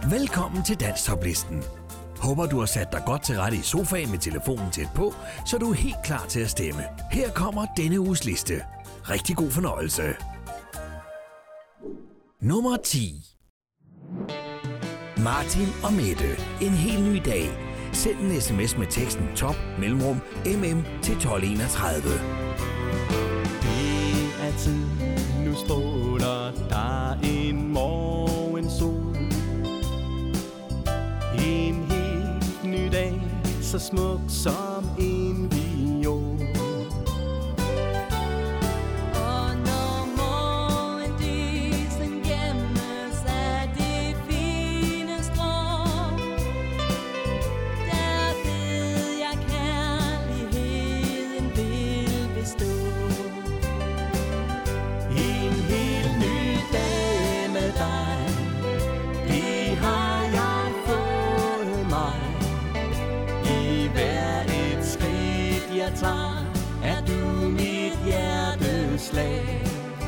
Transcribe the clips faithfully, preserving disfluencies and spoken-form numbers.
Velkommen til Danstoplisten. Håber du har sat dig godt til rette i sofaen med telefonen tæt på, så du er helt klar til at stemme. Her kommer denne uges liste. Rigtig god fornøjelse. Nummer ti. Martin og Mette. En helt ny dag. Send en sms med teksten top mellemrum mm til tolv enogtredive. Det er tid, nu stråler der en morgensol. En helt ny dag, så smuk som en viol. Er du mit hjerteslag?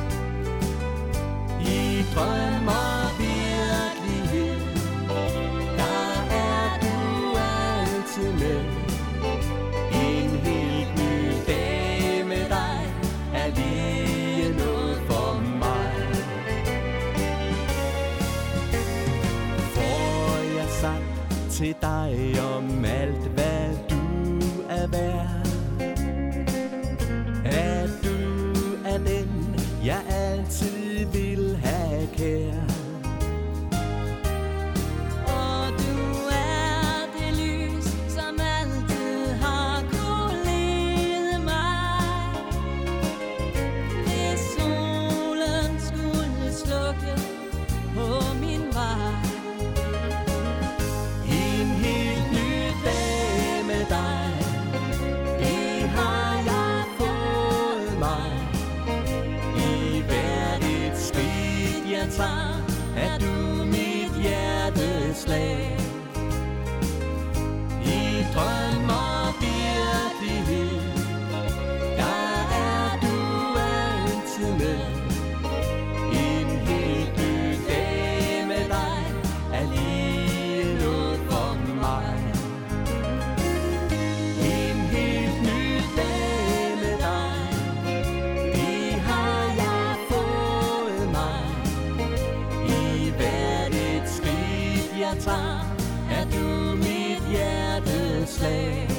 I drøm og virkelighed, der er du altid med. En helt ny dag med dig er lige noget for mig. For jeg sagt til dig om alt hvad du er værd. At du er den, jeg altid vil have kær. Og du er det lys, som altid har kunnet lede mig. Hvis solen skulle slukke på min vej. En helt ny dag med dig. Er du mit hjerteslag? I drøm og virkelighed, der er du altid med. En helt ny dag med dig er lige noget for mig. En helt ny dag med dig, det har jeg fået mig. Hvert et skridt jeg tager, er du mit hjerteslag.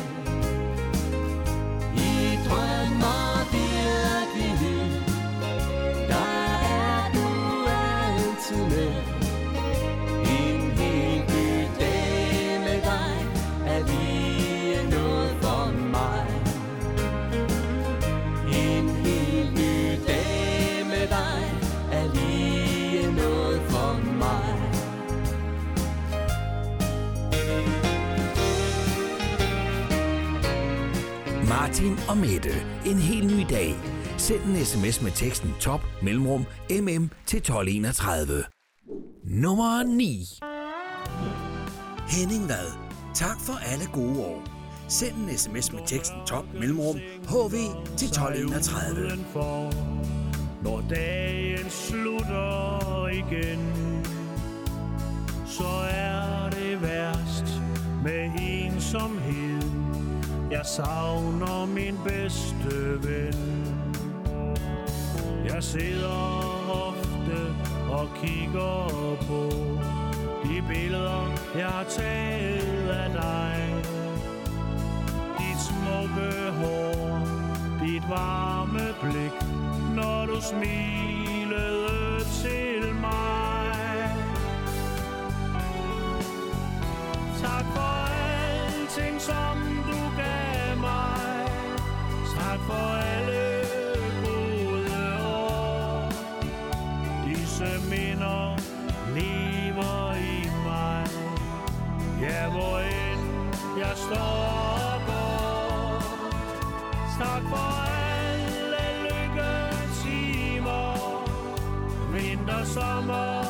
I drøm og virkelighed, der er du altid med. En helt ny dag med dig er lige noget for mig. En helt ny dag med dig er lige noget for mig. Martin og Mette. En helt ny dag. Send en sms med teksten top mellemrum mm til tolv enogtredive. Nummer ni. Henning Vad. Tak for alle gode år. Send en sms med teksten top mellemrum hv til tolv enogtredive. Når dagen slutter igen, så er det værst med ensomhed. Jeg savner min bedste ven. Jeg sidder ofte og kigger på de billeder, jeg har taget af dig. Dit smukke hår, dit varme blik, når du smilede til mig. Tak for alting, som du gav mig. Tak for alle gode år. Disse minder lever i mig. Ja, hvor end jeg står og går. Tak for alle lykketimer, vinter, sommer,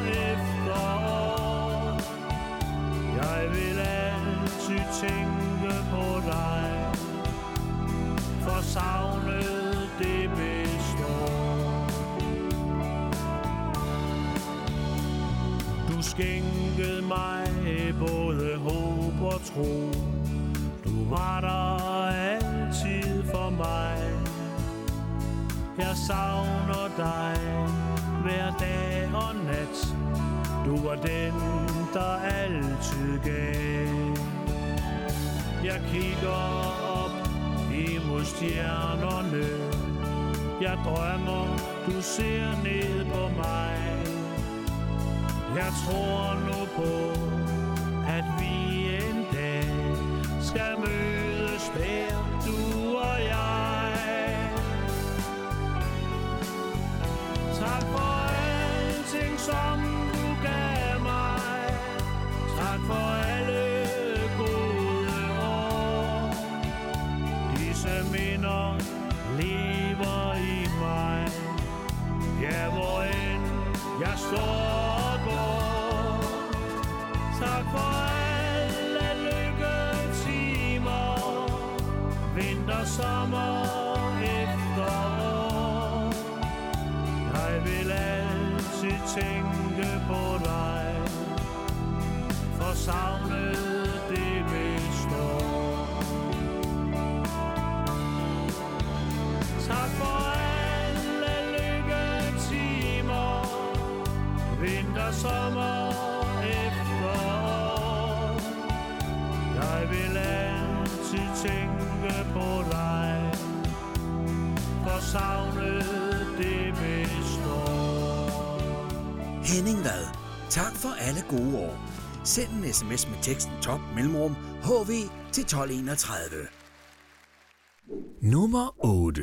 efterår. Jeg vil altid tænke på dig, for savnet det består. Du skænkede mig både håb og tro. Du var der altid for mig. Jeg savner dig hver dag og nat. Du var den, der altid gav. Jeg kigger op imod stjernerne. Jeg drømmer, du ser ned på mig. Jeg tror nu på, at vi en dag skal mødes der, du og jeg. Tak for alting, som du gav mig. Tak for alle gode år. Disse minder lever i mig. Ja, hvor end jeg står og går. Tak for alle lykketimer. Vinter, sommer, efterår. Jeg vil altid tænke på dig, for savnet det består. Tak for alle lykketimer. Vinter, sommer, efterår. Jeg vil altid tænke på dig, for savnet det består. Henning Vad, tak for alle gode år. Send en sms med teksten top mellemrum H V til tolv enogtredive. Nummer otte.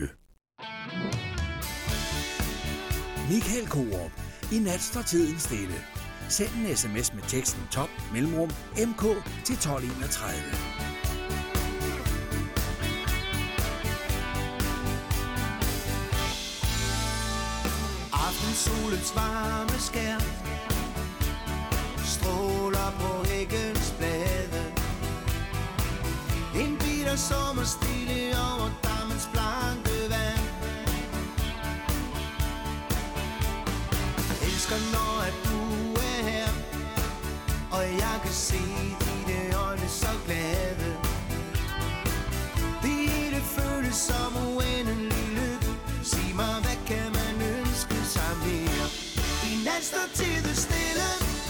Michael Korup. I nat står tiden stille. Send en sms med teksten top mellemrum M K til tolv enogtredive. Aftensolens varme skær stråler på hækkens blade. En bitter sommerstille over dammens blanke vand. Elsker når at du er her, og jeg kan se dine øjne så glade. Det hele føles som uendelig lykke. Sig mig, hvad kan man ønske sig mere? I nat står tiden stille.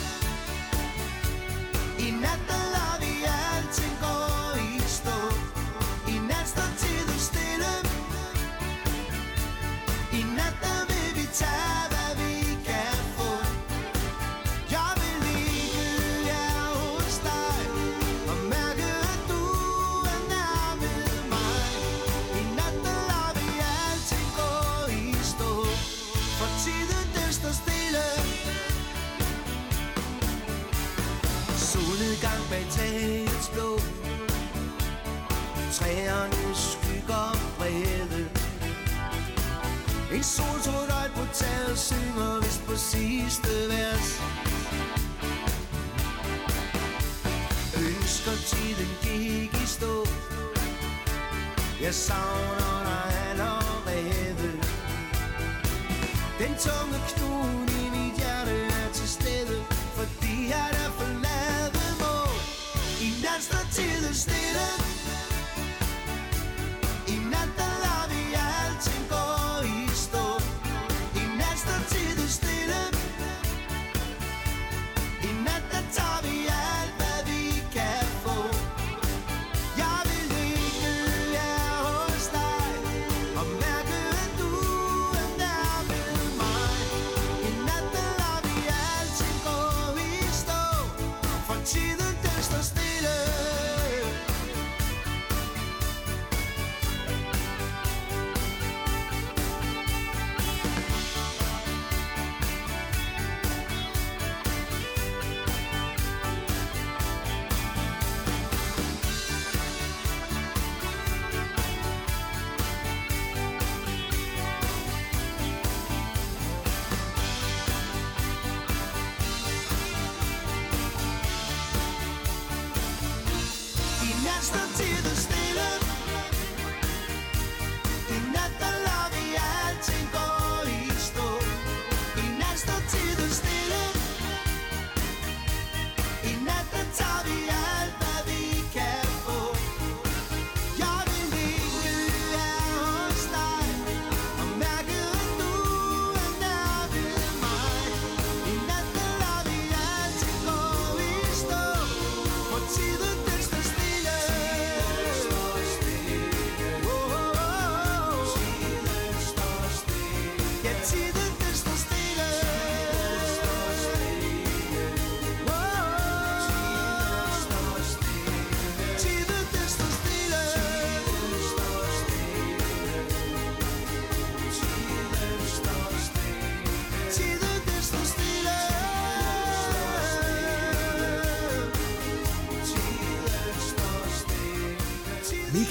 I nat der lader vi alting gå i stå. I nat står tiden stille. I nat der vil vi tage hvad vi kan få. Jeg vil ligge her hos dig og mærke at du er nær ved mig. I nat der lader vi alting gå i stå, for tiden den står stille. Solnedgang bag tagets blå. Træerne skygger brede. En soltrådt øjt på taget synger vist på sidste vers. Ønsker tiden gik i stå. Jeg savner dig allerede. Den tunge knude i mit hjerte er til stede, fordi jeg er forladet må. I nat står tiden stille. I nat der lader vi alting gå i stå. I nat står tiden stille. I nat der tager vi alt hvad vi kan få. Jeg vil ligge her hos dig og mærke at du er nær ved mig. I nat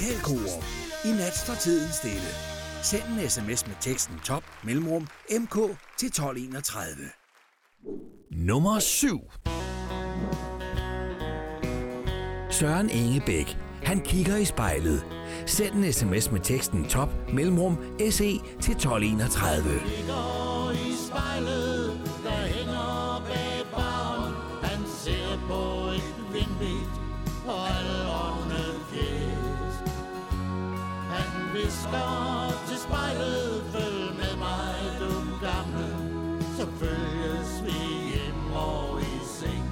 Lokal Coop. I nat står tiden stille. Send en sms med teksten top mellemrum M K til tolv enogtredive. Nummer syv. Søren Ingebæk. Han kigger i spejlet. Send en sms med teksten top mellemrum S E til tolv enogtredive. Kigger i spejlet, der hænger bag baren. Han ser på et vindbit og aldrende fjes. Han visker til spejlet, følg med mig, du gamle, så følges vi hjem og i seng.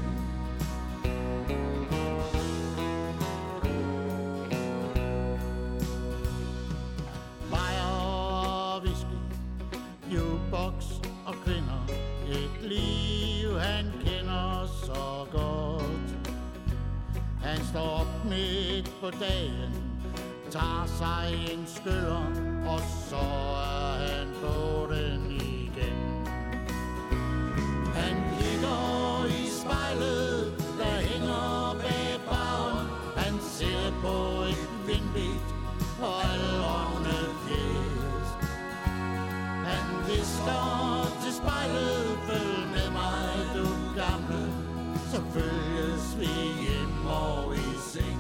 Bajer og whisky, jukebox og kvinder, et liv han kender så godt. Han står op midt på dagen, tager sig en skyller, og så er han på den igen. Han kigger i spejlet, der hænger bag baren. Han ser på et vindbit og aldrende fjes. Han visker til spejlet, følg med mig, du gamle, så følges vi hjem og i seng.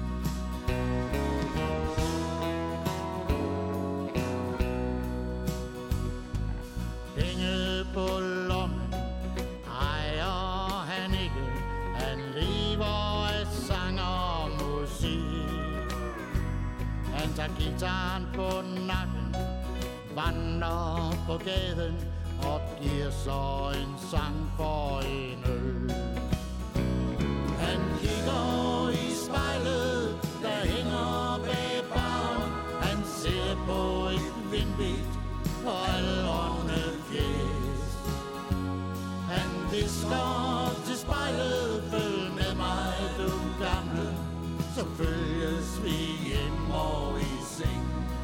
Penge på lommen ejer han ikke. Han lever af sang og musik. Han tager gitaren på nakken, vandrer på gaden og giver så en sang for en øl. Han kigger i spejlet, der hænger bag baren. Han ser på et vindbit og aldrende fjes. Han visker til spejlet, følg med mig, du gamle, så følges vi hjem og i seng.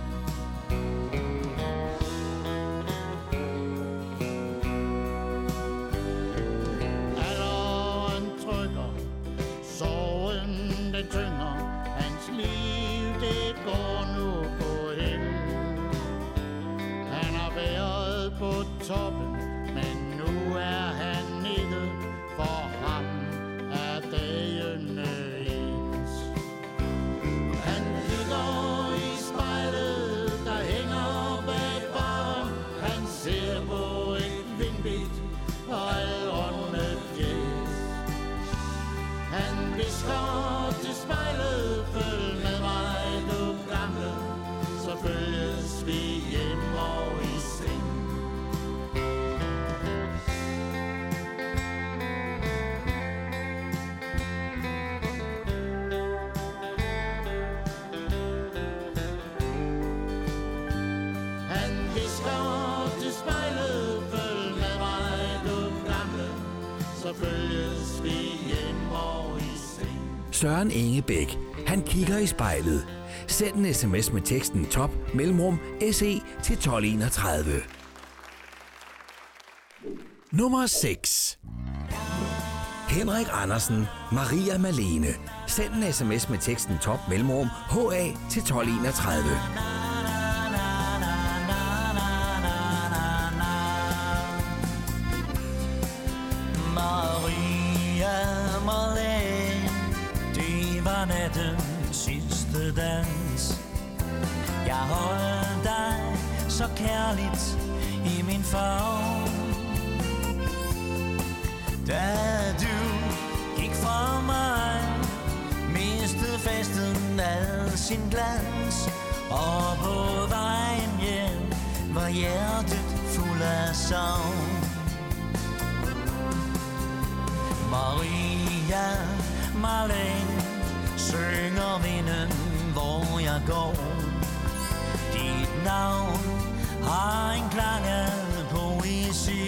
Alderen trykker, sorgen den tynger, hans liv det går nu på held. Han har været på toppen, men nu er han nede, for ham er dagene ens. Han kigger i spejlet, der hænger bag baren. Han ser på et vindbit og aldrende fjes. Han visker til spejlet, følg med mig, du gamle, så følges vi hjem og i seng. Han visker til spejlet, følg med mig, du gamle, så følges vi hjem og i seng. Søren Ingebæk. Han kigger i spejlet. Send en sms med teksten top mellemrum S E til tolv enogtredive. Nummer seks. Henrik Andersen. Maria Malene. Send en sms med teksten top mellemrum H A til tolv enogtredive. Maria Malene, det var natten sidste dans. Jeg holdt dig så kærligt i min favn. Da du gik fra mig, mistede festen al sin glans. Og på vejen hjem var hjertet fuld af savn. Maria Malene, synger vinden, hvor jeg går. Dit navn har en klang af poesi.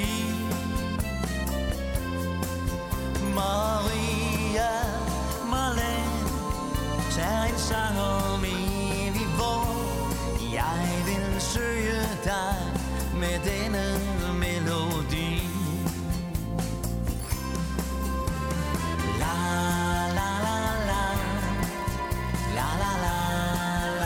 Maria Malene, tag en sang om evig vor. Jeg vil søge dig med denne melodi. La la la la, la la la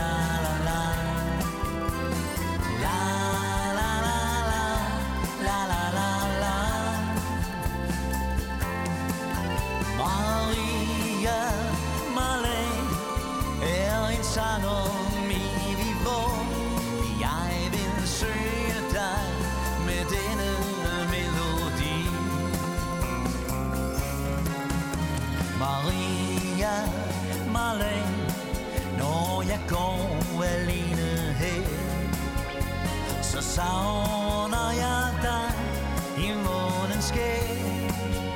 Marlene, når jeg går alene her, så savner jeg dig i månens skær.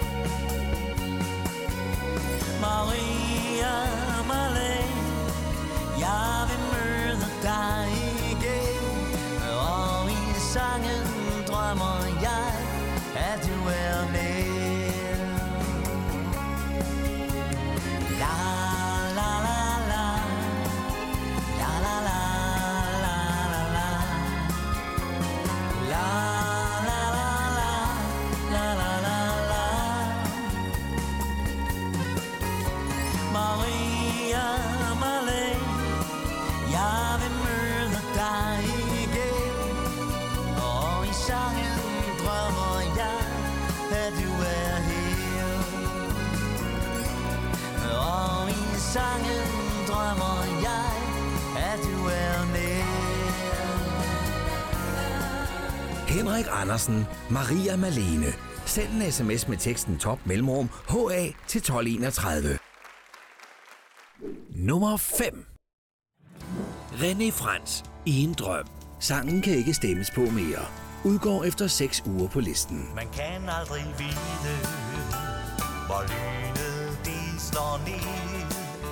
Maria Marlene, jeg vil møde dig igen, og i sangen drømmer jeg, at du er med. La la la la, la la la la la la, la la la la, la la la la. Maria Marlene, jeg vil møde dig igen, og i sangen drømmer jeg, at du er her. Og i sangen drømmer jeg, at du er med. Henrik Andersen, Maria Marlene. Send en sms med teksten top mellemrum H A til tolv enogtredive. Nummer fem. René Frans, I en drøm. Sangen kan ikke stemmes på mere. Udgår efter seks uger på listen. Man kan aldrig vide, hvor lynet det slår ned.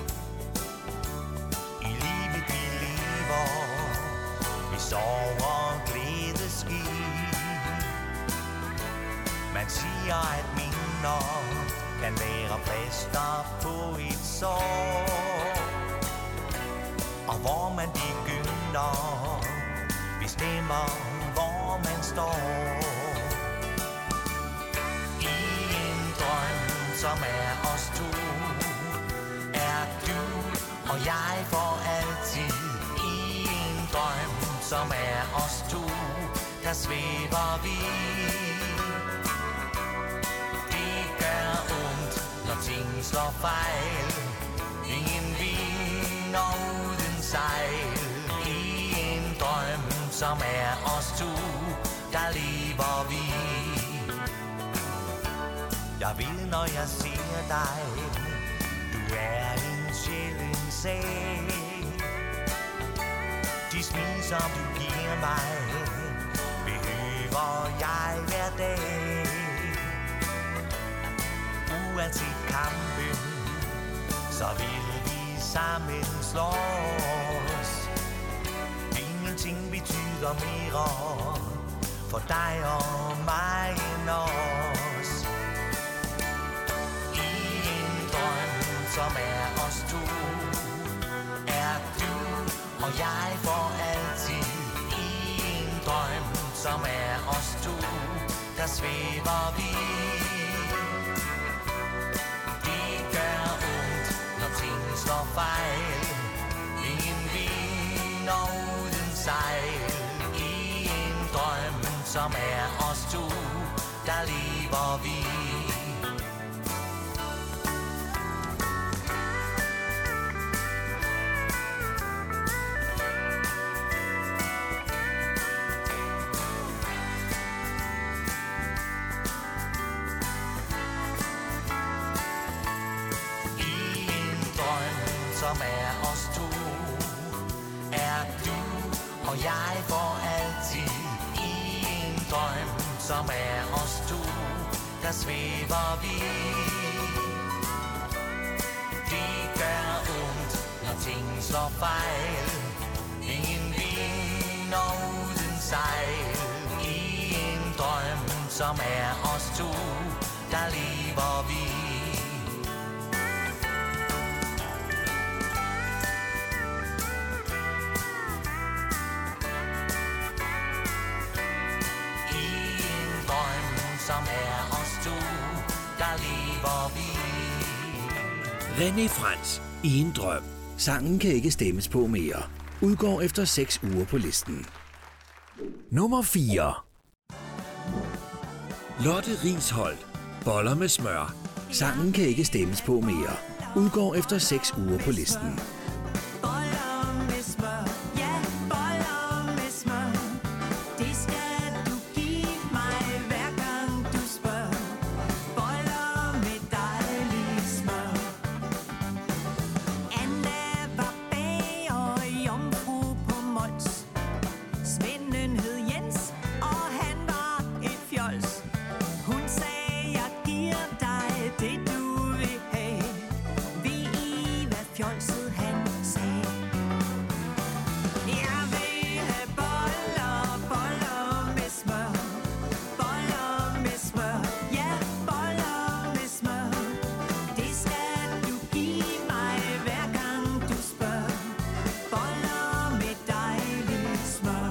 I livet vi lever, vi sover glædeski. Man siger, at minder kan være plaster på et sår. Og hvor man begynder, bestemmer hvor man står. I en drøm, som er os to, er du og jeg for altid. I en drøm, som er os to, der svæver vi. Det gør ondt, når ting slår fejl. Ingen vinder uden sejl. I en drøm, som er os to, der lever vi. Jeg ved, når jeg ser dig, du er en sjælden sag. De smil, som du giver mig, behøver jeg hver dag. Uanset kampen, så vil vi sammen slås. Ingenting betyder mere for dig og mig end os. I en drøm, som er os to, er du og jeg for altid. I en drøm, som er os to, der svæver vi. Det gør ondt, når ting slår fejl. Ingen vinder uden sejl. I en drøm, som er os to, der lever vi. Som er os to, er du og jeg for altid. I en drøm, som er os to, der svæver vi. Det gør ondt, når ting slår fejl. Ingen vinder uden sejl. I en drøm, som er os to, der lever vi. Som er os to, der lever vi. René Frans, I en drøm. Sangen kan ikke stemmes på mere. Udgår efter seks uger på listen. Nummer fire. Lotte Risholdt, Boller med smør. Sangen kan ikke stemmes på mere. Udgår efter seks uger på listen. Boller med dejlig smør. fjols. Hun sagde, jeg giver dig det du vil have. Ved I hvad fjolset han sagde? Jeg vil have boller, boller med smør. Boller med smør, ja, boller med smør. Det skal du give mig hver gang du spørger. Boller med dejligt smør.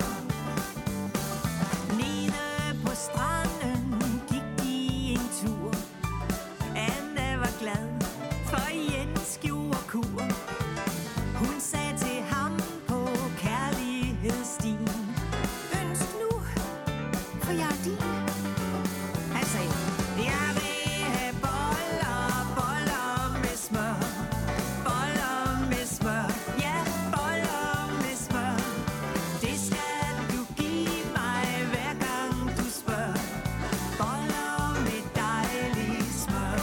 Nede på stranden gik de en tur. Anna var glad, for Jens gjorde kur. Hun sagde til ham på kærlighedsstien: ønsk nu, for jeg er din. Han sagde: jeg vil have boller, boller med smør. Boller med smør, ja, boller med smør. Det skal du give mig hver gang du spørger. Boller med dejligt smør.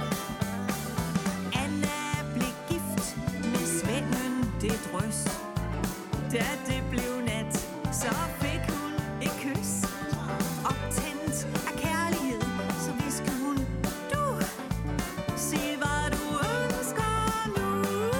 Anna blev gift med Svenden det drøs. Da det blev nat, så fik hun et kys. Optændt af kærlighed, så viskede hun: du, sig hvad du ønsker nu.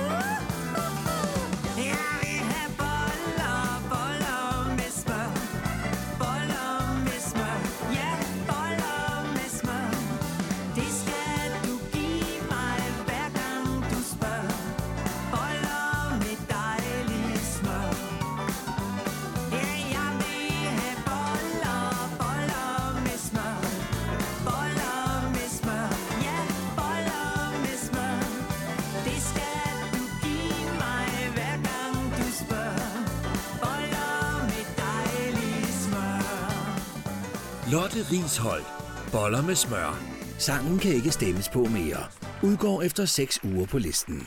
Jeg vil have boller, boller med smør. Boller med smør, ja, boller med smør. Det skal du give mig hver gang du spørger. Boller med dejligt smør. Ja, jeg vil have boller, boller med smør. Boller med smør, ja, boller med smør. Det skal du give mig hver gang du spørger. Boller med dejligt smør. Lotte Risholdt, Boller med smør. Sangen kan ikke stemmes på mere. Udgår efter seks uger på listen.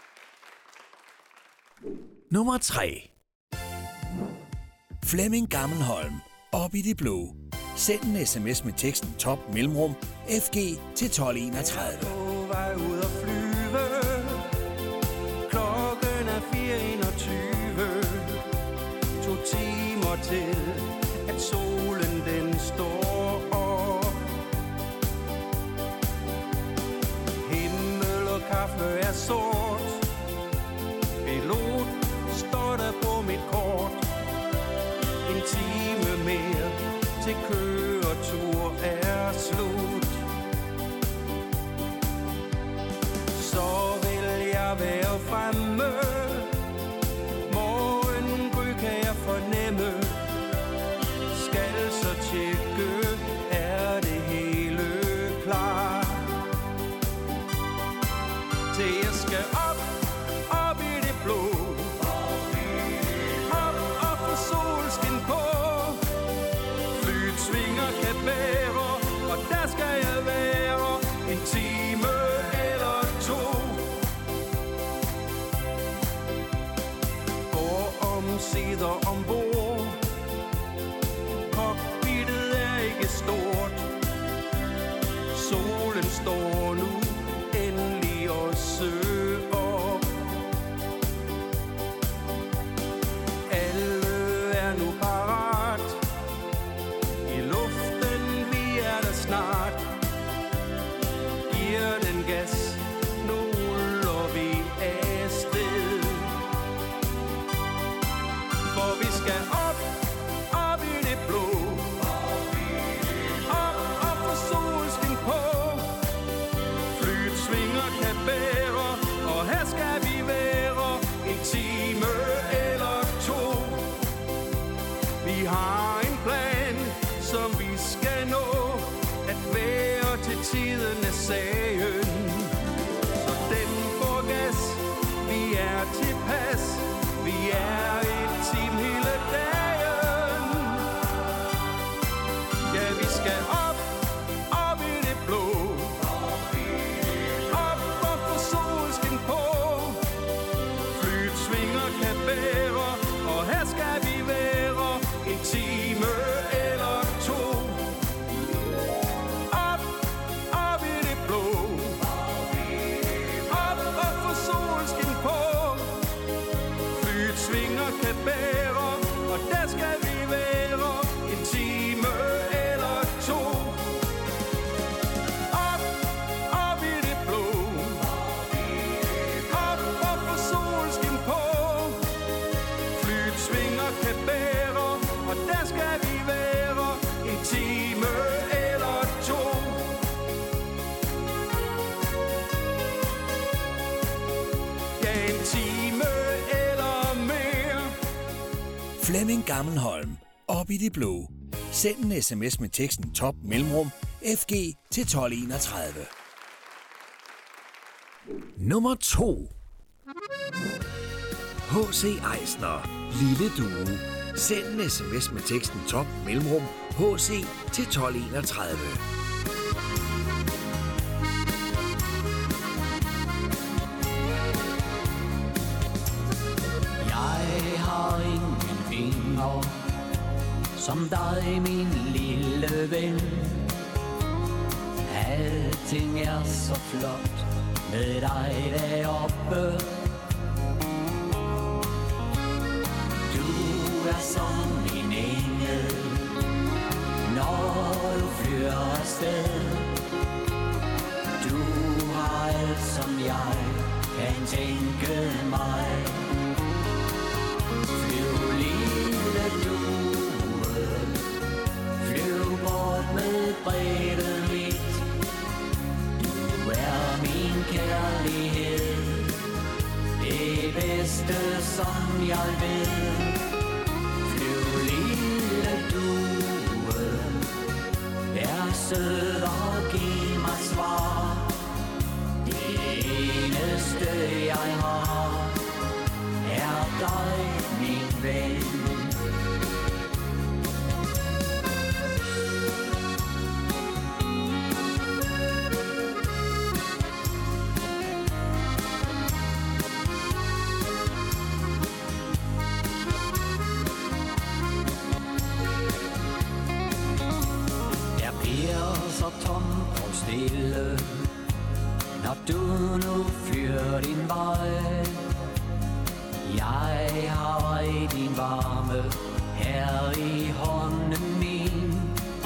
Nummer tre. Flemming Gammelholm, Op i det blå. Send en sms med teksten top mellemrum F G til tolv enogtredive. På vej ud at flyve. Klokken er fire enogtyve. To timer til, at solen den står op. Himmel og kaffe er sort. Pilot står der på mit kort. En time mere til køretur er slut. Så vil jeg være fremme. Morgengry kan jeg fornemme. Skal så tjekke, er det hele klar. Til jeg skal op, op i det blå. Op, op for solskin på. Flyet svinger kan bære, og der skal jeg være en time eller to. Går omsider ombord. Cockpittet er ikke stort. Solen står nu endelig også op. Alle er nu parat. I luften vi er der snart. Giver den gas, nu ruller vi afsted. For vi skal op, op i det blå. Op, op for solskin på. Flyet svinger kan bære, og her skal vi være en time eller to. Vi har en plan, som vi skal nå. At være til tiden af sagen. Så den får gas, vi er tilpas. Vi er et team hele dagen. Ja, vi skal op, op i det blå. Op, op for solskin på. Flyet svinger kan bære, og her skal vi være en time eller to. Op, op i det blå. Op, op for solskin på. Flyet svinger kan bære, og der skal vi være en time eller to. Flemming Gammelholm. Op i det blå. Send en sms med teksten top mellemrum F G til tolv enogtredive. Nummer to. H C Eisner. Lille Due. Send en sms med teksten top mellemrum H C til tolv enogtredive. Jeg har ingen vinger som dig, min lille ven. Alting er så flot med dig deroppe. Du er som en engel, når du flyver afsted. Du har alt, som jeg kan tænke mig. Flyv, lille due, flyv bort med brevet mit. Du er min kærlighed, det bedste, som jeg ved. Flyv, lille due, vær sød og giv mig svar. Det eneste, jeg har, er dig, min ven. Jeg bliver så tom og stille, når du nu fyrer din vej. Jeg har i din varme her i hånden min.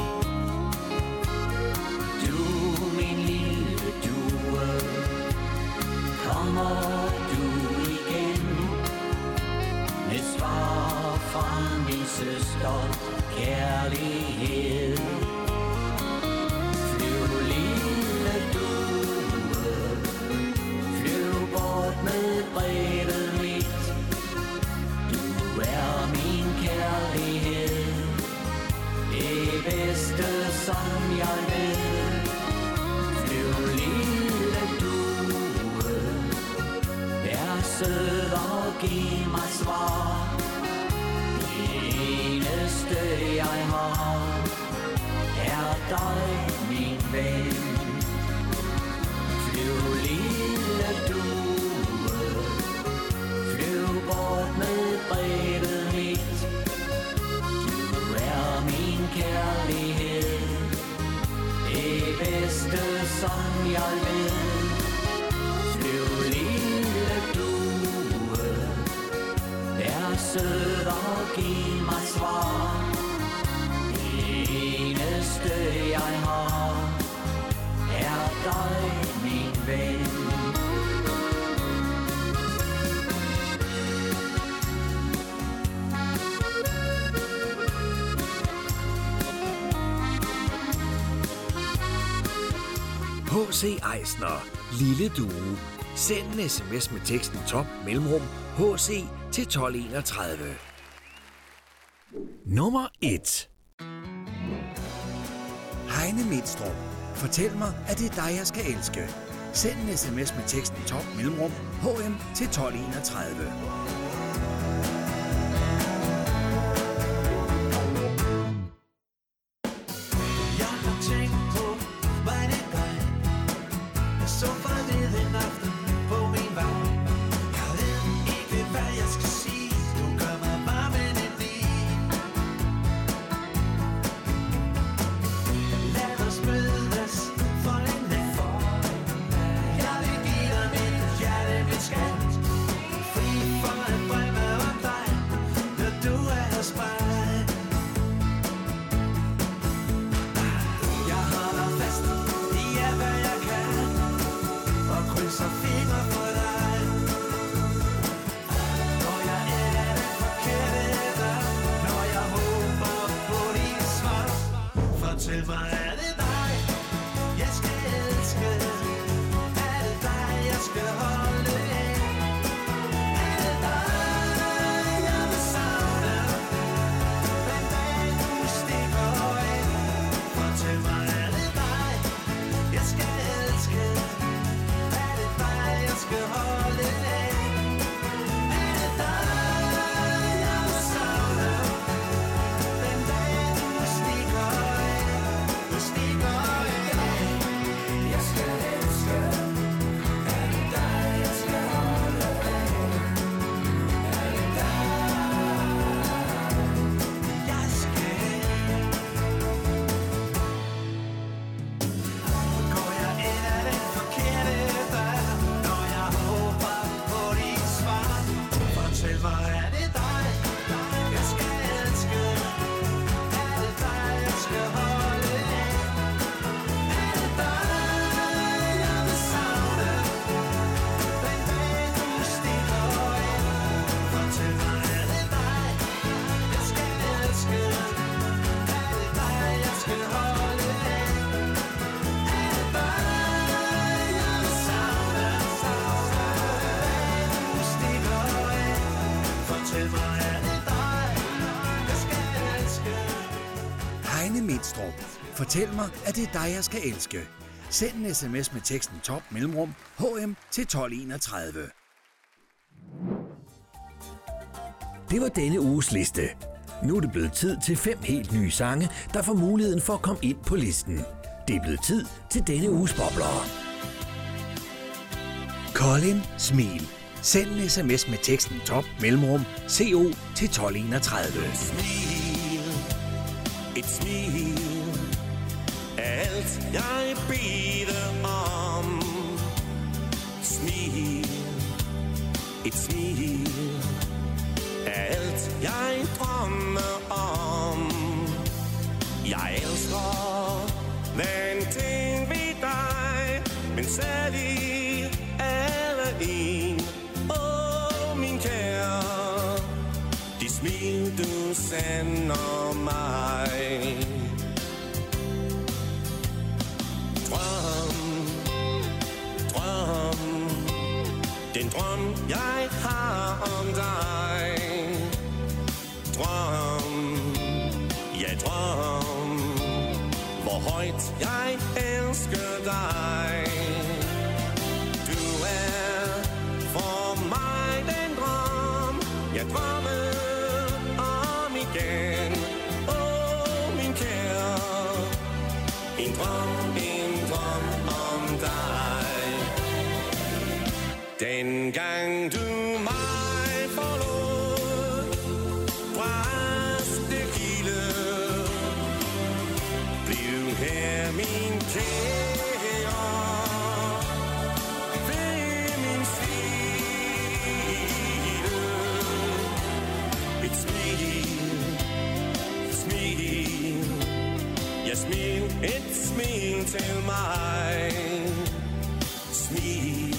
Du, min lille due, kommer du igen med svar fra min søster kærlighed. Flyv, lille due, flyv bort med brevet mit. Du er min kærlighed, det bedste, som jeg ved. Flyv, lille due, vær sød og giv mig svar. Det eneste, jeg har, er dig, min ven. Flyv, lille due, flyv bort med brevet mit. Du er min kærlighed, det bedste, som jeg ved. Flyv, lille due, vær sød og giv mig svar. Det eneste, jeg har, er dig, min ven. H C Eisner. Lille Due. Send en sms med teksten top mellemrum H C til tolv enogtredive. Nummer et. Heine Midtstrup. Fortæl mig, at det er dig, jeg skal elske. Send en sms med teksten top mellemrum H M til tolv enogtredive. Jeg har tænkt på, hvad det gør. Jeg så forleden aften på min vej. Jeg ved ikke, hvad jeg skal sige. Du gør mig varm indeni. Lad os mødes for en nat. Jeg vil give dig mit hjerte, mit skat. Fri for at drømme om dig, når du er hos mig. Jeg holder fast i alt, hvad jeg kan, og krydser fingre for dig. Når jeg er den forkerte, når jeg håber på dit svar. Fortæl mig, er det dig, jeg skal elske? Er det dig, jeg skal holde af? Er det dig, jeg vil savne? Fortæl mig, er det dig, jeg skal elske? Er det dig, jeg skal holde af? Er det dig, jeg vil savne? Den dag du stikker af, du stikker af. Jeg skal elske. Er det dig, jeg skal holde af? Er det dig, jeg skal? Går jeg ind ad den forkerte dør, når jeg håber på dit svar? Fortæl mig, er det dig, jeg skal elske? Er det dig, jeg skal holde af? Er det dig, jeg vil savne? Den dag du stikker af. Fortæl mig, er det dig, jeg skal elske? Er det dig, jeg skal holde af? Er det dig, jeg vil savne? Den dag du stikker af. Fortæl mig, er det dig, jeg skal elske? Heine Mindstrup. Fortæl mig, at det er dig, jeg skal elske. Send en sms med teksten top mellemrum H M til tolv enogtredive. Det var denne uges liste. Nu er det blevet tid til fem helt nye sange, der får muligheden for at komme ind på listen. Det er blevet tid til denne uges bobler. Colin Smil. Send en sms med teksten top mellemrum C O til tolv enogtredive. Smil, et smil er alt jeg beder om. Smil, et smil er alt jeg drømmer om. Jeg elsker den ting ved dig, men særlig alle en. Åh, min kære, de smil du sender mig. Drøm, drøm, den drøm jeg har om dig. Drøm, ja drøm, hvor højt jeg elsker dig. Du er for mig den drøm, jeg drømmer om igen. Åh, min kære, en drøm, en drøm om dig. Dengang du mig forlod, brændte hele, blev her min kære, ved min side. Et smil, smil, ja smil, et smil til mig. Smil,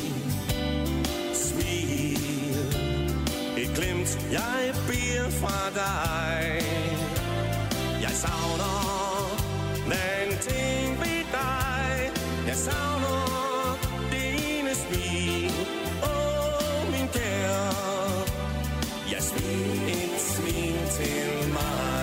smil, et glimt jeg beder fra dig. Jeg savner den ting ved dig. Jeg savner dine smil. Åh, min kære, jeg smil, et smil til mig.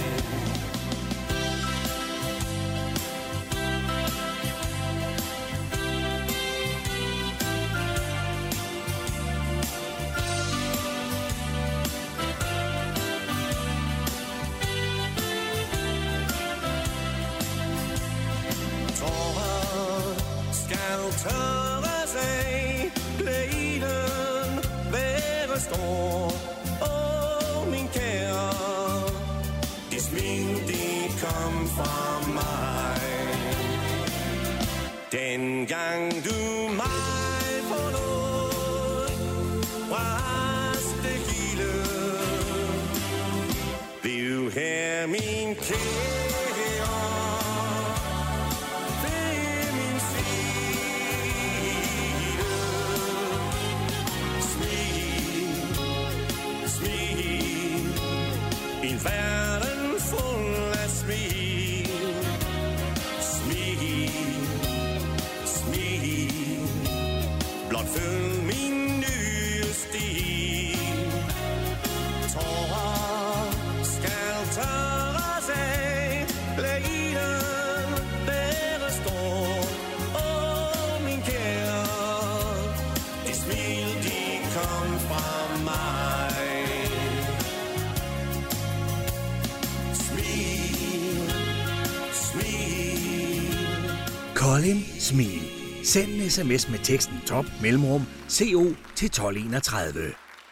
Tørres af, glæden være stor. Åh, min kære, de smil, de kom fra mig. Dengang du mig forlod, brændte hele, blev her min kære. En verden fuld af smil. Smil, smil, blot følg min nye stil. Tårer skal tørres af, Colin Smil. Send en sms med teksten top mellemrum C O til tolv enogtredive.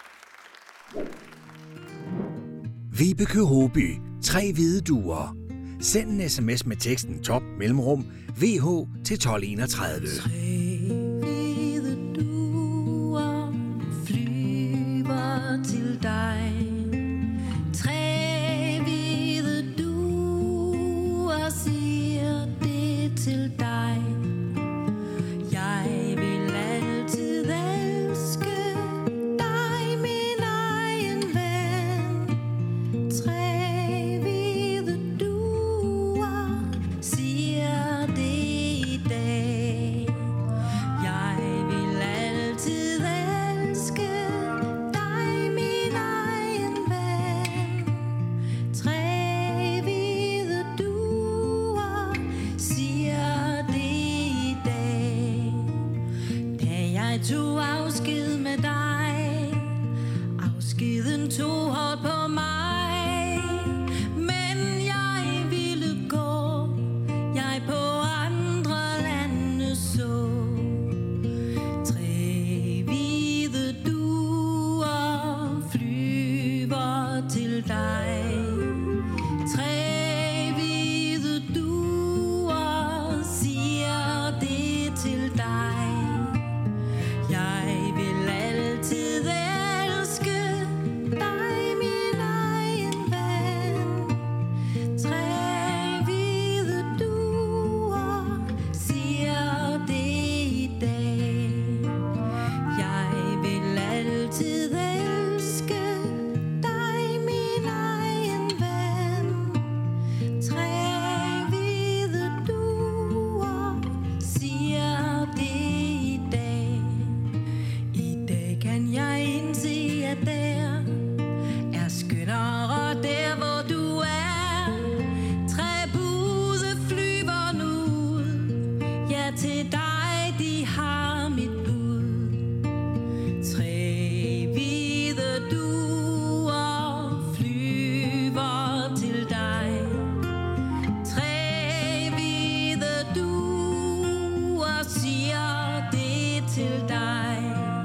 Vibeke Hoby. Tre hvide duer. Send en sms med teksten top mellemrum V H til tolv enogtredive. Hvide duer flyver til dig. Tre hvide duer siger det til dig. Jeg vil altid elske dig, min egen ven. Tre hvide duer siger det i dag. Jeg vil altid elske dig, min egen ven. Tre hvide duer siger det i dag. Da jeg tog afsked med dig, afskeden tog hårdt på mig, men jeg ville gå, jeg på andre lande så. Tre hvide duer flyver til dig. Tre hvide duer siger det til dig. Jeg vil altid elske dig, min egen ven. Tre hvide duer siger det i dag. Jeg vil altid elske dig, min egen ven. Tre hvide duer siger det i dag. I dag kan jeg indse, at der er skønnere der, hvor du er. Tre bude flyver nu ud, ja, til dig de har mit bud. Tre hvide duer flyver til dig. Tre hvide duer siger det til dig.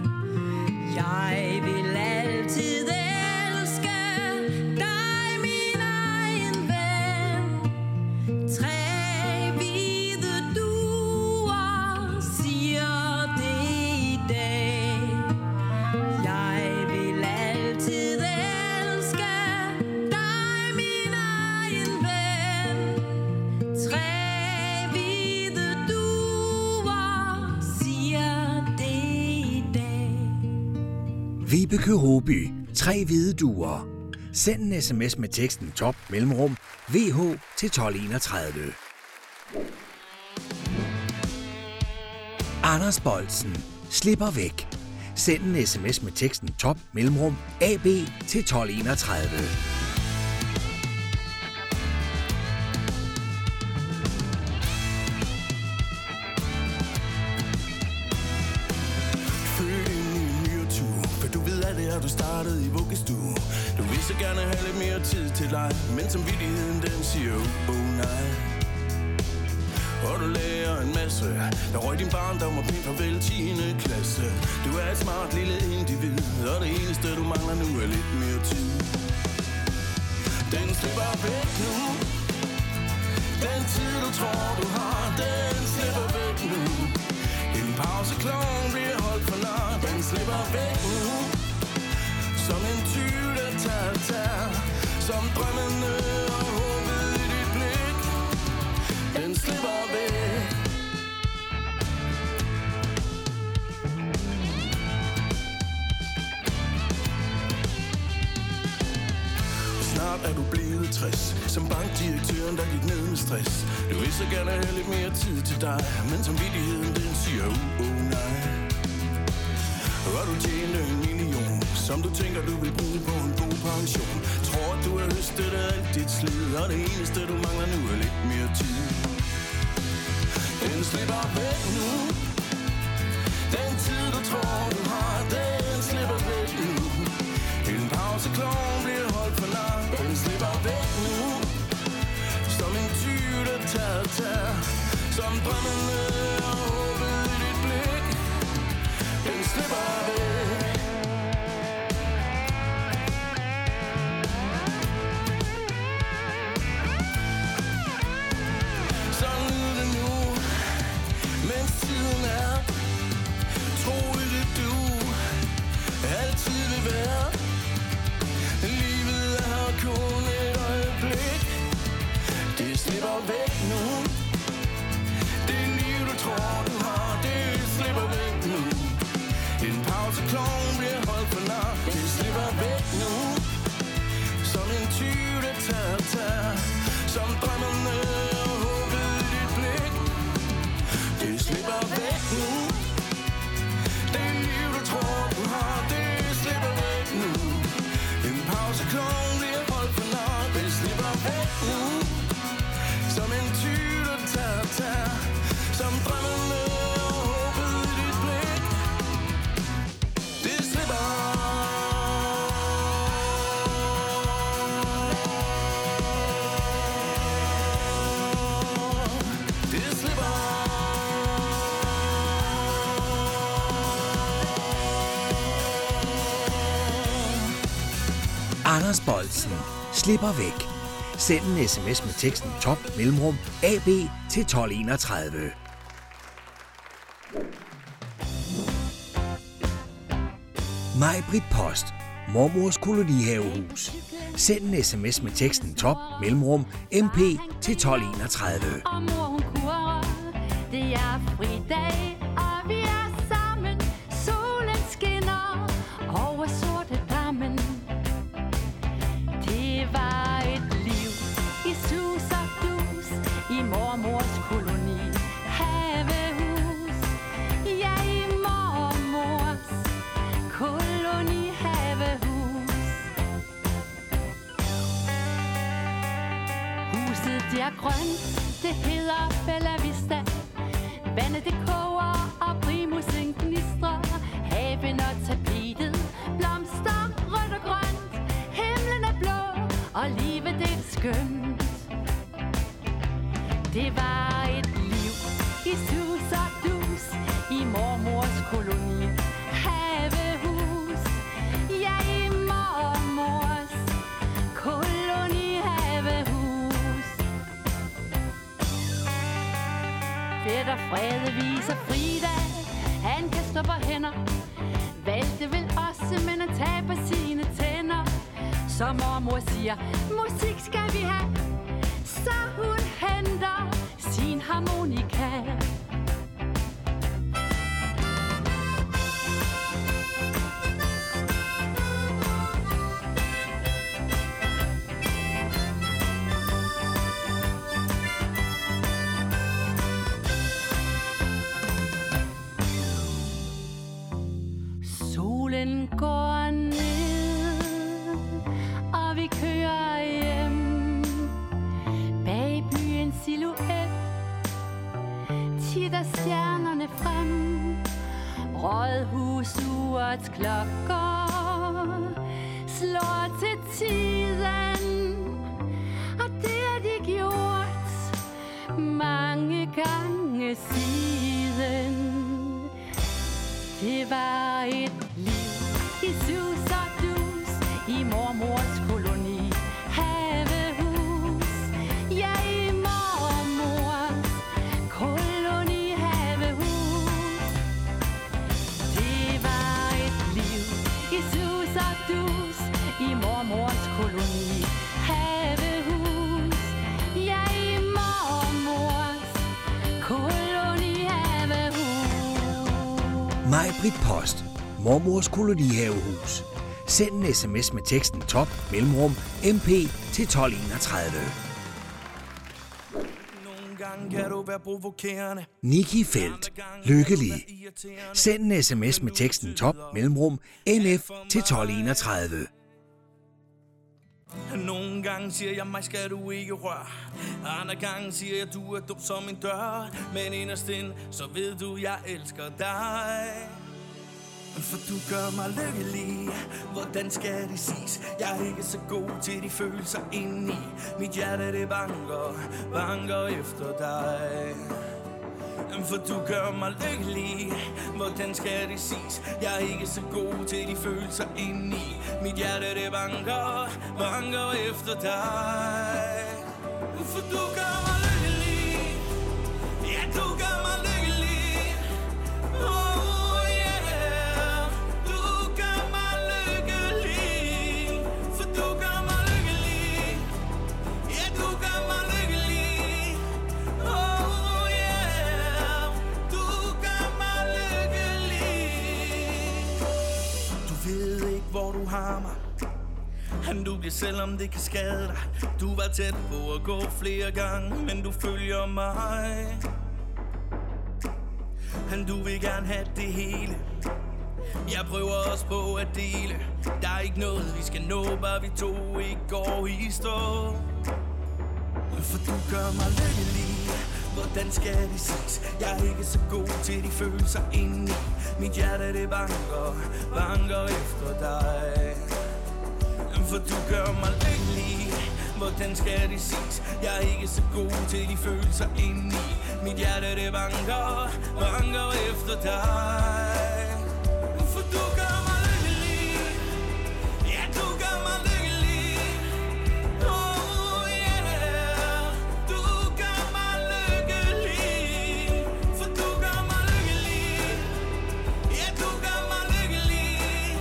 Jeg vil altid elske dig, min egen ven. Tre hvide duer siger det i dag. Jeg vil altid elske dig, min egen ven. Tre hvide duer siger det i dag. Vibeke Hoby. Tre hvide duer. Send en sms med teksten top mellemrum V H til tolv enogtredive. Anders Boldsen. Slipper væk. Send en sms med teksten top mellemrum A B til tolv enogtredive. Følg ind i en myretur, for du ved at det er du startede i vuggestue. Du vil så gerne have lidt mere tid til dig, men samvittigheden den siger oh, oh nej. Og du lærer en masse, der røg din barndom og pænt farvel tiende klasse. Du er et smart lille individ, og det eneste du mangler nu er lidt mere tid. Den slipper væk nu. Den tid du tror du har, den slipper væk nu. En pauseklovn bliver holdt for nar, den slipper væk nu. Som en tyv, der tager tær, som drømmene og håbet i dit blik. Den slipper væk. Snart er du blevet tres, som bankdirektøren, der gik ned med stress. Du vil så gerne have lidt mere tid til dig, men samvittigheden den siger uh, oh nej. Og du tjener en million, som du tænker du vil bruge på en god pension. Tror du har høstet af alt dit slid, og det eneste du mangler nu er lidt mere tid. Den slipper væk nu. Den tid du tror du har, den slipper væk nu. En pauseklovn bliver holdt for nar, den slipper væk nu. Som en tyv, der tager tær, Som drømmene og håbet i dit blik, den slipper væk. Sådan lyder det nu, mens tiden er. Tro ikke du altid vil være. Livet er kun et øjeblik, det slipper væk nu. Det liv du tror du har, det slipper væk nu. En pauseklovn bliver holdt for nar, det slipper væk nu. Som en tyv der tager og tager, som drømmerne og håbet i dit blik, det slipper væk nu. Det liv du tror du har, det slipper væk nu. En pauseklovn bliver holdt for nar, det slipper væk nu. Som en tyv der tager og tager, som drømmene og håbet i dit blik, det slipper. Det slipper. Anders Boldsen slipper væk. Send en sms med teksten top mellemrum A B til tolv enogtredive. Maj-Britt Post, mormors kolonihavehus. Send en sms med teksten top mellemrum M P til tolv enogtredive. Og mor hun kurer, det er fridag, og vi er sammen. Solen skinner over sorte dammen. Det var et liv i sus og dus, i mormors koloni havehus. Ja, i mormors koloni havehus. Huset det er grønt, det hedder Bella Vista. Vandet det koger, og primusen gnistrer. Haven og tapetet, blomster rødt og grønt. Himlen er blå, og livet det er skønt. Det var et liv i sus og dus, i mormors koloni havehus. Ja, i mormors koloni havehus. Fætter Frede viser Frida, han kan stå på hænder. Valgte vel også, men han taber sine tænder. Så mormor siger, musik skal vi have. Så hun henter sin harmonika. Solen går ned, og vi kører hjem. Bag byens silhuet titter stjernerne frem. Rådhusurets klokker slår til tiden, og det har de gjort mange gange siden. Det var et liv i sus og dus, i mormors koloni havehus. Ja, i mormors koloni havehus. Det var et liv i sus og dus, i mormors koloni havehus. Ja, i mormors koloni havehus. Maj-Britt Post, mormors kolonihavehus. Send en sms med teksten top mellemrum M P til tolv enogtredive. Nogle gange kan du være provokerende. Nikki Felt, lykkelig. Send en sms med teksten top mellemrum N F til tolv enogtredive. Nogle gange siger jeg mig skal du ikke røre. Andre gange siger jeg du er dum som en dør. Men inderst inde så ved du jeg elsker dig. For du gør mig lykkelig. Hvordan skal det siges? Jeg er ikke så god til de følelser indeni. Mit hjerte det banker, banker efter dig. For du gør mig lykkelig. Hvordan skal det siges? Jeg er ikke så god til de følelser indeni. Mit hjerte det banker, banker efter dig. For du gør mig lykkelig. Ja, du gør mig lykkelig. Oh yeah. Du gør mig lykkelig. For du gør mig lykkelig. Ja, du gør mig lykkelig. Oh yeah. Du gør mig lykkelig. Du ved ikke, hvor du har mig. Han, du bliver selvom det kan skade dig. Du var tæt på at gå flere gange, men du følger mig. Han, du vil gerne have det hele. Jeg prøver også på at dele. Der er ikke noget vi skal nå, bare vi to ikke går i stå. For du gør mig lykkelig. Hvordan skal det siges? Jeg er ikke så god til de følelser indeni. Mit hjerte det banker, banker efter dig. For du gør mig lykkelig. Hvordan skal det siges? Jeg er ikke så god til de følelser indeni. Mit hjerte det banker, banker efter dig. For du gør mig lykkelig. Ja, du gør mig lykkelig. Oh yeah. Du gør mig lykkelig. For du gør mig lykkelig. Ja, du gør mig lykkelig.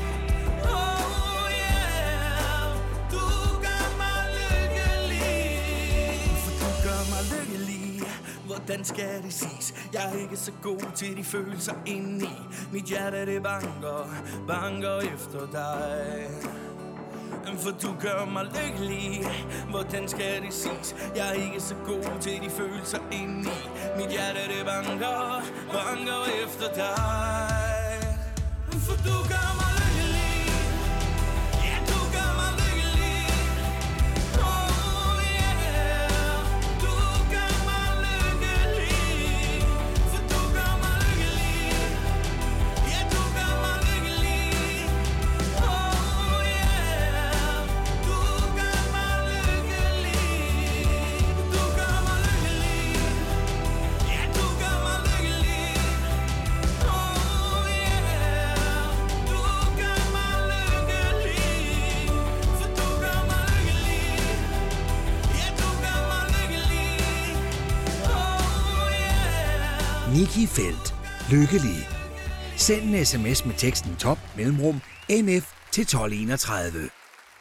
Oh yeah. Du gør mig lykkelig. For du gør mig lykkelig. Hvordan skal det siges? Jeg er ikke så god til de følelser indeni. Mit hjerte det banker, banker efter dig. For du gør mig lykkelig. Hvordan skal det siges? Jeg er ikke så god til de følelser indeni. Mit hjerte det banker, banker efter dig. For du gør mig lykkelig. Ja, du gør mig lykkelig. Oh yeah. Du gør mig lykkelig. For du gør mig lykkelig. Ja, du gør mig lykkelig. Oh yeah. Du gør mig lykkelig. Du gør mig lykkelig. Ja, du gør mig lykkelig. Oh yeah. Du gør mig lykkelig. For du gør mig lykkelig. Ja, du gør mig lykkelig. Oh yeah. Nikki Felt. Lykkelig. Send en sms med teksten top mellemrum N F til tolv enogtredive.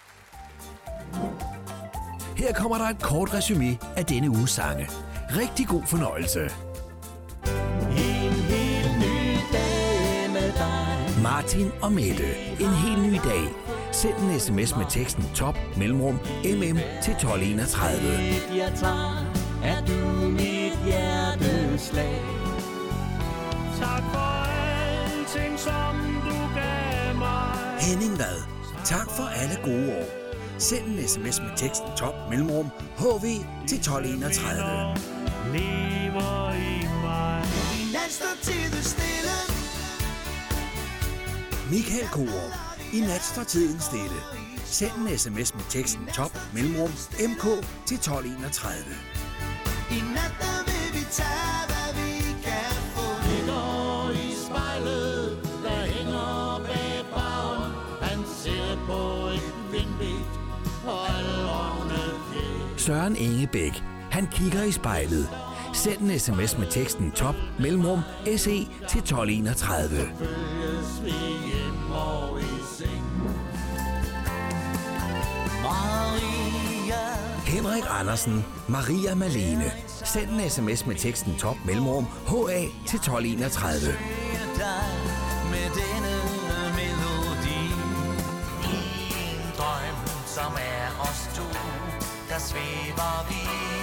Her kommer der et kort resumé af denne uges sange. Rigtig god fornøjelse. En helt ny dag med dig. Martin og Mette. En helt ny dag. Send en sms med teksten top mellemrum M M til tolv enogtredive. Et jeg tager, er du mit hjerteslag. Tak for alting, som du gav mig. Henning Vad. Tak for alle gode år. Send en sms med teksten top mellemrum H V til tolv enogtredive. Lever i mig. I nat står tiden stille. Michael Korup. I nat står tiden stille. Send en sms med teksten top mellemrum M K til tolv enogtredive. I nat der vil vi tage, hvad vi kan få. Kigger i spejlet, der hænger bag bagen. Han ser på et vindbæk og aldrende fjæs. Søren Ingebæk. Han kigger i spejlet. Send en sms med teksten top mellemrum S E til tolv enogtredive. Følges vi hjem og i seng. Maria, Henrik Andersen. Maria Malene. Send en sms med teksten top mellemrum H A til tolv enogtredive. søger dig med denne melodi. I en drøm, som er os to, der svæver vi.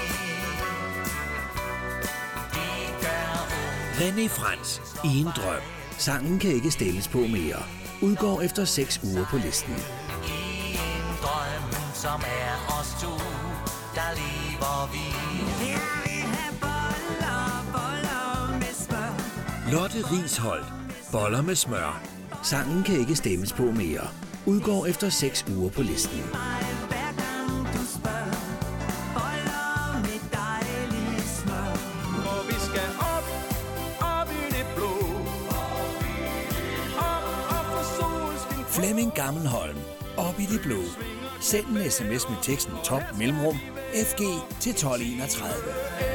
Vi gør René Frans. I en drøm. Sangen kan ikke stilles på mere. Udgår efter seks uger på listen. i en drøm, som er os to, der lever vi. Jeg vil have boller, boller med smør. Lotte Risholdt. Boller med smør. Sangen kan ikke stemmes på mere. Udgår efter seks uger på listen. Mig hver gang du spørger. Boller med dejlig smør. For vi skal op Flemming Gammelholm. Op i det blå. Send en sms med teksten top mellemrum F G til tolv enogtredive.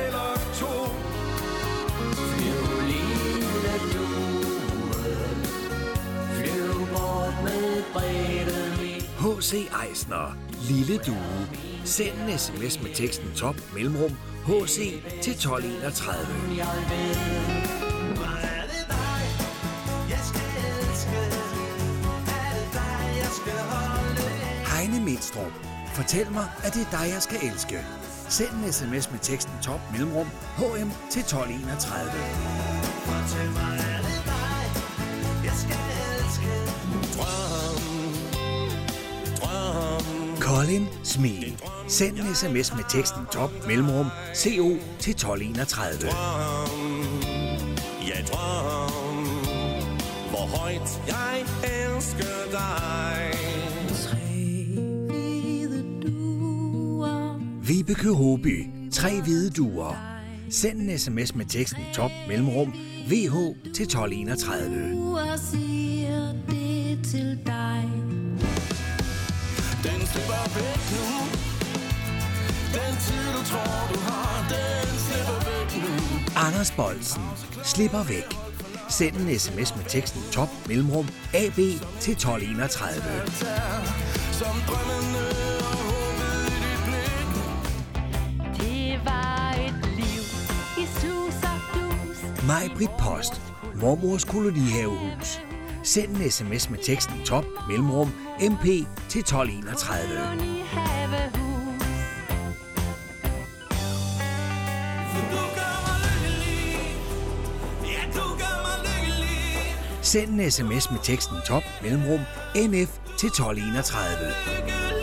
H C Eisner. Lille Due. Send en sms med teksten top mellemrum H C til tolv enogtredive. Heine Midtstrup. Fortæl mig, at det er dig, jeg skal elske. Send en sms med teksten top mellemrum H M til tolv enogtredive. Fortæl mig, er det dig, jeg skal elske. Drøm, drøm. Colin Smil. Send en sms med teksten top mellemrum C O til tolv enogtredive. Drøm, ja drøm, hvor højt jeg elsker dig. Vibeke Håby. Tre hvide duer. Send en sms med teksten top mellemrum V H til tolv enogtredive. Den slipper væk nu. Den tid du tror du har, den slipper væk nu. Anders Boldsen. Slipper væk. Send en sms med teksten top mellemrum A B til tolv enogtredive. Som drømmende og håbet i dit blik. Det var et liv i sus og dus. Maj-Brit Post. Mormors kolonihavehus. Send en sms med teksten top mellemrum M P til tolv enogtredive. Send en sms med teksten top mellemrum N F til tolv enogtredive.